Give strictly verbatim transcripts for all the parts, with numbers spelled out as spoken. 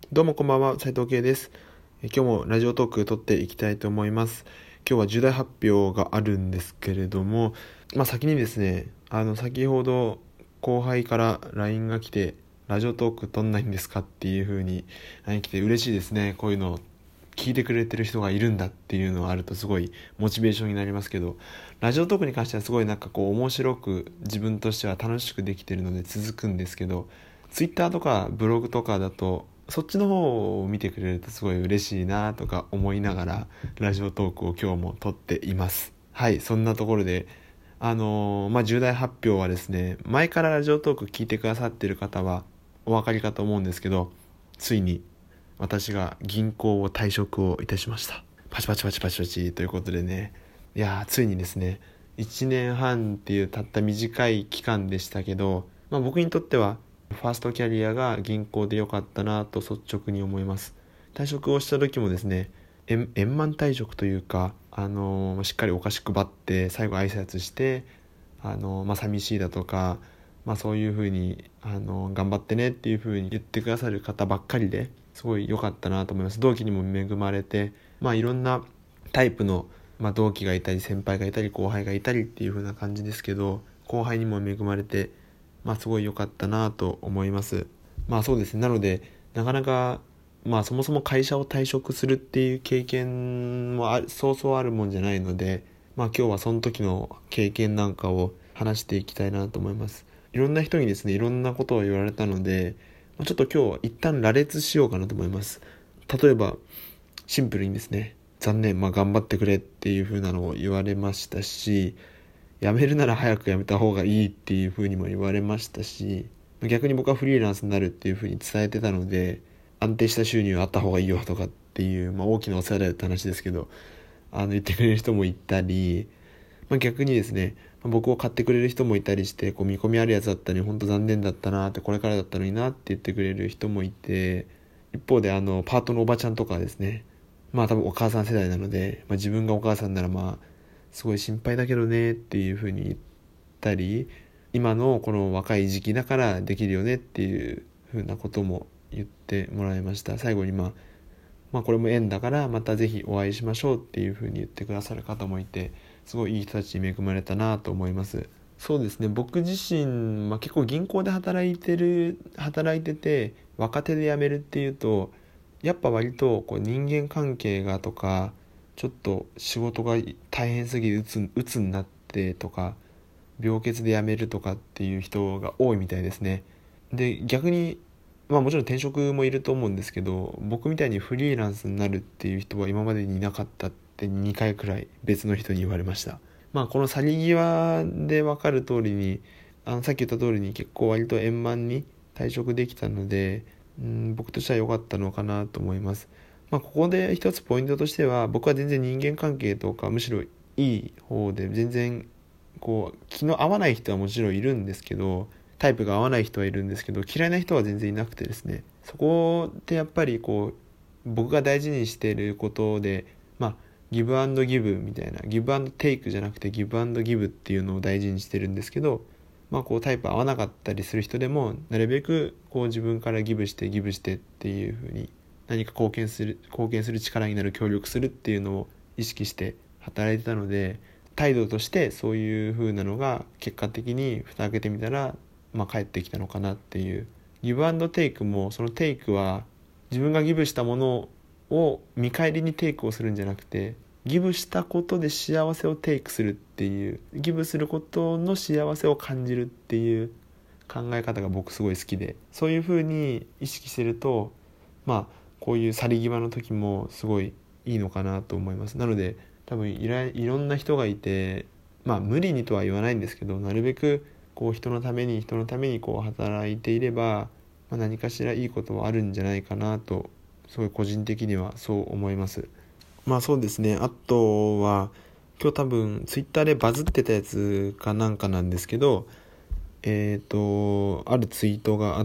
どうもこんばんは、斉藤圭です。え今日もラジオトーク撮っていきたいと思います。今日は重大発表があるんですけれども、まあ先にですね、あの先ほど後輩から ライン が来て、ラジオトーク撮んないんですかっていう風に ライン 来て嬉しいですね。こういうのを聞いてくれてる人がいるんだっていうのがあるとすごいモチベーションになりますけど、ラジオトークに関してはすごいなんかこう面白く自分としては楽しくできてるので続くんですけど、ツイッターとかブログとかだとそっちの方を見てくれるとすごい嬉しいなとか思いながらラジオトークを今日も撮っています。はい、そんなところであのー、まあ重大発表はですね、前からラジオトーク聞いてくださっている方はお分かりかと思うんですけど、ついに私が銀行を退職をいたしました。パチパチパチパチパチということでね、いやーついにですね、いちねんはんっていうたった短い期間でしたけど、まあ、僕にとってはファーストキャリアが銀行で良かったなと率直に思います。退職をした時もですね、円円満退職というか、あのー、しっかりお菓子配って最後挨拶して、あのー、まあ寂しいだとか、まあそういう風に、あのー、頑張ってねっていう風に言ってくださる方ばっかりですごい良かったなと思います。同期にも恵まれて、まあいろんなタイプの、まあ、同期がいたり先輩がいたり後輩がいたりっていう風な感じですけど、後輩にも恵まれて、まあすごい良かったなと思います。まあそうですね。なのでなかなか、まあそもそも会社を退職するっていう経験もあそうそうあるもんじゃないので、まあ今日はその時の経験なんかを話していきたいなと思います。いろんな人にですね、いろんなことを言われたので、ちょっと今日は一旦羅列しようかなと思います。例えばシンプルにですね、残念、まあ頑張ってくれっていう風なのを言われましたし、辞めるなら早く辞めた方がいいっていう風にも言われましたし、逆に僕はフリーランスになるっていう風に伝えてたので、安定した収入あった方がいいよとかっていう、まあ、大きなお世話だよって話ですけど、あの言ってくれる人もいたり、まあ、逆にですね、僕を買ってくれる人もいたりして、こう見込みあるやつだったのに本当残念だったなって、これからだったのになって言ってくれる人もいて、一方であのパートのおばちゃんとかですね、まあ多分お母さん世代なので、まあ、自分がお母さんならまあすごい心配だけどねっていう風に言ったり、今のこの若い時期だからできるよねっていう風なことも言ってもらいました。最後にまあまあこれも縁だからまたぜひお会いしましょうっていう風に言ってくださる方もいて、すごいいい人たちに恵まれたなと思います。そうですね、僕自身、まあ、結構銀行で働いてる働いてて若手で辞めるっていうと、やっぱ割とこう人間関係がとか、ちょっと仕事が大変すぎて鬱鬱になってとか、病欠で辞めるとかっていう人が多いみたいですね。で逆に、まあもちろん転職もいると思うんですけど、僕みたいにフリーランスになるっていう人は今までにいなかったってにかいくらい別の人に言われました。まあこの去り際で分かる通りに、あのさっき言った通りに結構割と円満に退職できたので、うん、僕としては良かったのかなと思います。まあここで一つポイントとしては、僕は全然人間関係とかむしろいい方で、全然こう気の合わない人はもちろんいるんですけど、タイプが合わない人はいるんですけど、嫌いな人は全然いなくてですね、そこってやっぱりこう僕が大事にしていることで、まあギブアンドギブみたいな、ギブアンドテイクじゃなくてギブアンドギブっていうのを大事にしてるんですけど、まあこうタイプ合わなかったりする人でもなるべくこう自分からギブしてギブしてっていう風に、何か貢献する貢献する力になる、協力するっていうのを意識して働いてたので、態度としてそういう風なのが結果的に蓋開けてみたら、まあ、返ってきたのかなっていう。ギブアンドテイクも、そのテイクは自分がギブしたものを見返りにテイクをするんじゃなくて、ギブしたことで幸せをテイクするっていう、ギブすることの幸せを感じるっていう考え方が僕すごい好きで、そういう風に意識してると、まあこういう去り際の時もすごいいいのかなと思います。なので多分いらいろんな人がいて、まあ無理にとは言わないんですけど、なるべくこう人のために人のためにこう働いていれば、まあ、何かしらいいことはあるんじゃないかなと、すごい個人的にはそう思います。まあそうですね、あとは今日多分ツイッターでバズってたやつかなんかなんですけど、えっとあるツイートがあって、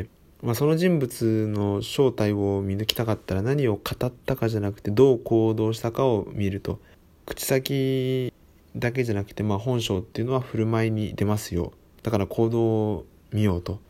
まあ、その人物の正体を見抜きたかったら何を語ったかじゃなくてどう行動したかを見ると、口先だけじゃなくて、まあ本性っていうのは振る舞いに出ますよ、だから行動を見ようと、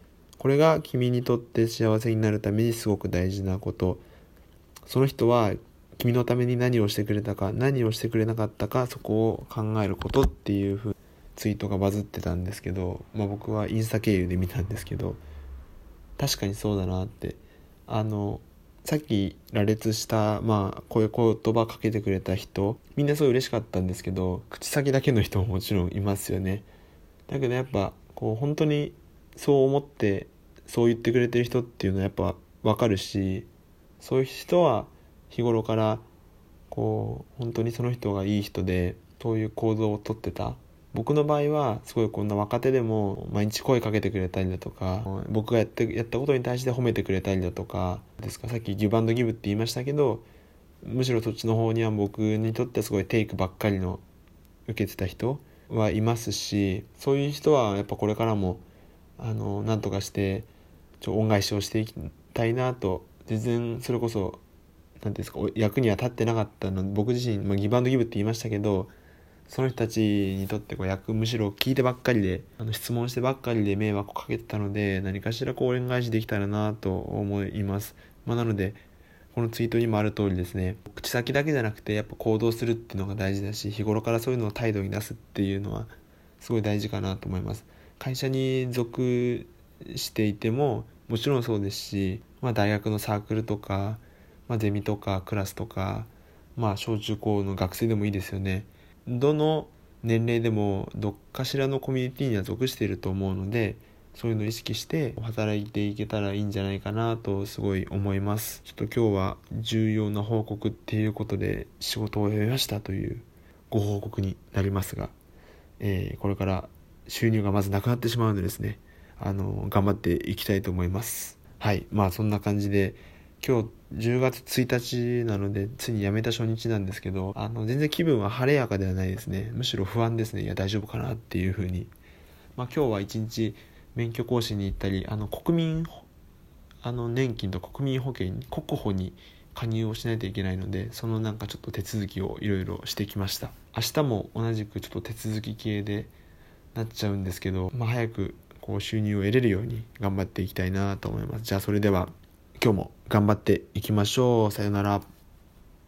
これが君にとって幸せになるためにすごく大事なこと。その人は君のために何をしてくれたか、何をしてくれなかったか、そこを考えることっていう風ツイートがバズってたんですけど、まあ、僕はインスタ経由で見たんですけど、確かにそうだなって。あのさっき羅列した、まあ、こういう言葉かけてくれた人、みんなすごい嬉しかったんですけど、口先だけの人ももちろんいますよね。だけどやっぱこう本当にそう思ってそう言ってくれてる人っていうのはやっぱ分かるし、そういう人は日頃からこう本当にその人がいい人で、そういう行動をとってた。僕の場合はすごいこんな若手でも毎日声かけてくれたりだとか、僕がやってやったことに対して褒めてくれたりだとかですか、さっきギブアンドギブって言いましたけど、むしろそっちの方には僕にとってすごいテイクばっかりの受けてた人はいますし、そういう人はやっぱこれからもあのなんとかしてちょ恩返しをしていきたいなと。全然それこそなんていうんですか、役には立ってなかったので、僕自身、まあ、ギブアンドギブって言いましたけど、その人たちにとってこう役むしろ聞いてばっかりで、あの質問してばっかりで迷惑をかけてたので、何かしらこう恩返しできたらなと思います。まあ、なのでこのツイートにもある通りですね、口先だけじゃなくてやっぱ行動するっていうのが大事だし、日頃からそういうのを態度に出すっていうのはすごい大事かなと思います。会社に属していてももちろんそうですし、まあ、大学のサークルとか、まあ、ゼミとかクラスとか、まあ、小中高の学生でもいいですよね。どの年齢でもどっかしらのコミュニティには属していると思うので、そういうのを意識して働いていけたらいいんじゃないかなとすごい思います。ちょっと今日は重要な報告っていうことで仕事を辞めましたというご報告になりますが、えー、これから収入がまずなくなってしまうのでですね、あの頑張っていきたいと思います。はい、まあそんな感じで今日じゅうがつついたちなのでついに辞めた初日なんですけど、あの全然気分は晴れやかではないですね。むしろ不安ですね。いや大丈夫かなっていう風に。まあ今日は一日免許講師に行ったり、あの国民あの年金と国民保険に国保に加入をしないといけないので、そのなんかちょっと手続きをいろいろしてきました。明日も同じくちょっと手続き系でなっちゃうんですけど、まあ、早くこう収入を得れるように頑張っていきたいなと思います。じゃあそれでは今日も頑張っていきましょう。さよなら。